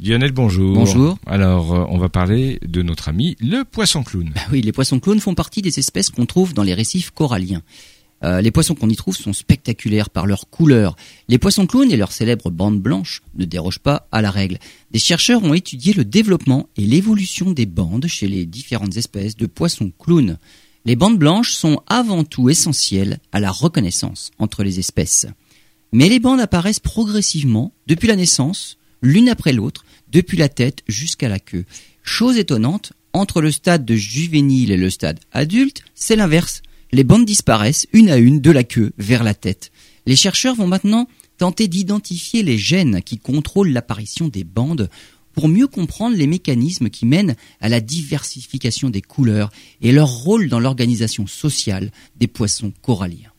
Lionel, bonjour. Bonjour. Alors, on va parler de notre ami le poisson clown. Oui, les poissons clowns font partie des espèces qu'on trouve dans les récifs coralliens. Les poissons qu'on y trouve sont spectaculaires par leur couleur. Les poissons clowns et leurs célèbres bandes blanches ne dérogent pas à la règle. Des chercheurs ont étudié le développement et l'évolution des bandes chez les différentes espèces de poissons clowns. Les bandes blanches sont avant tout essentielles à la reconnaissance entre les espèces. Mais les bandes apparaissent progressivement depuis la naissance, l'une après l'autre, depuis la tête jusqu'à la queue. Chose étonnante, entre le stade de juvénile et le stade adulte, c'est l'inverse. Les bandes disparaissent une à une de la queue vers la tête. Les chercheurs vont maintenant tenter d'identifier les gènes qui contrôlent l'apparition des bandes pour mieux comprendre les mécanismes qui mènent à la diversification des couleurs et leur rôle dans l'organisation sociale des poissons coralliens.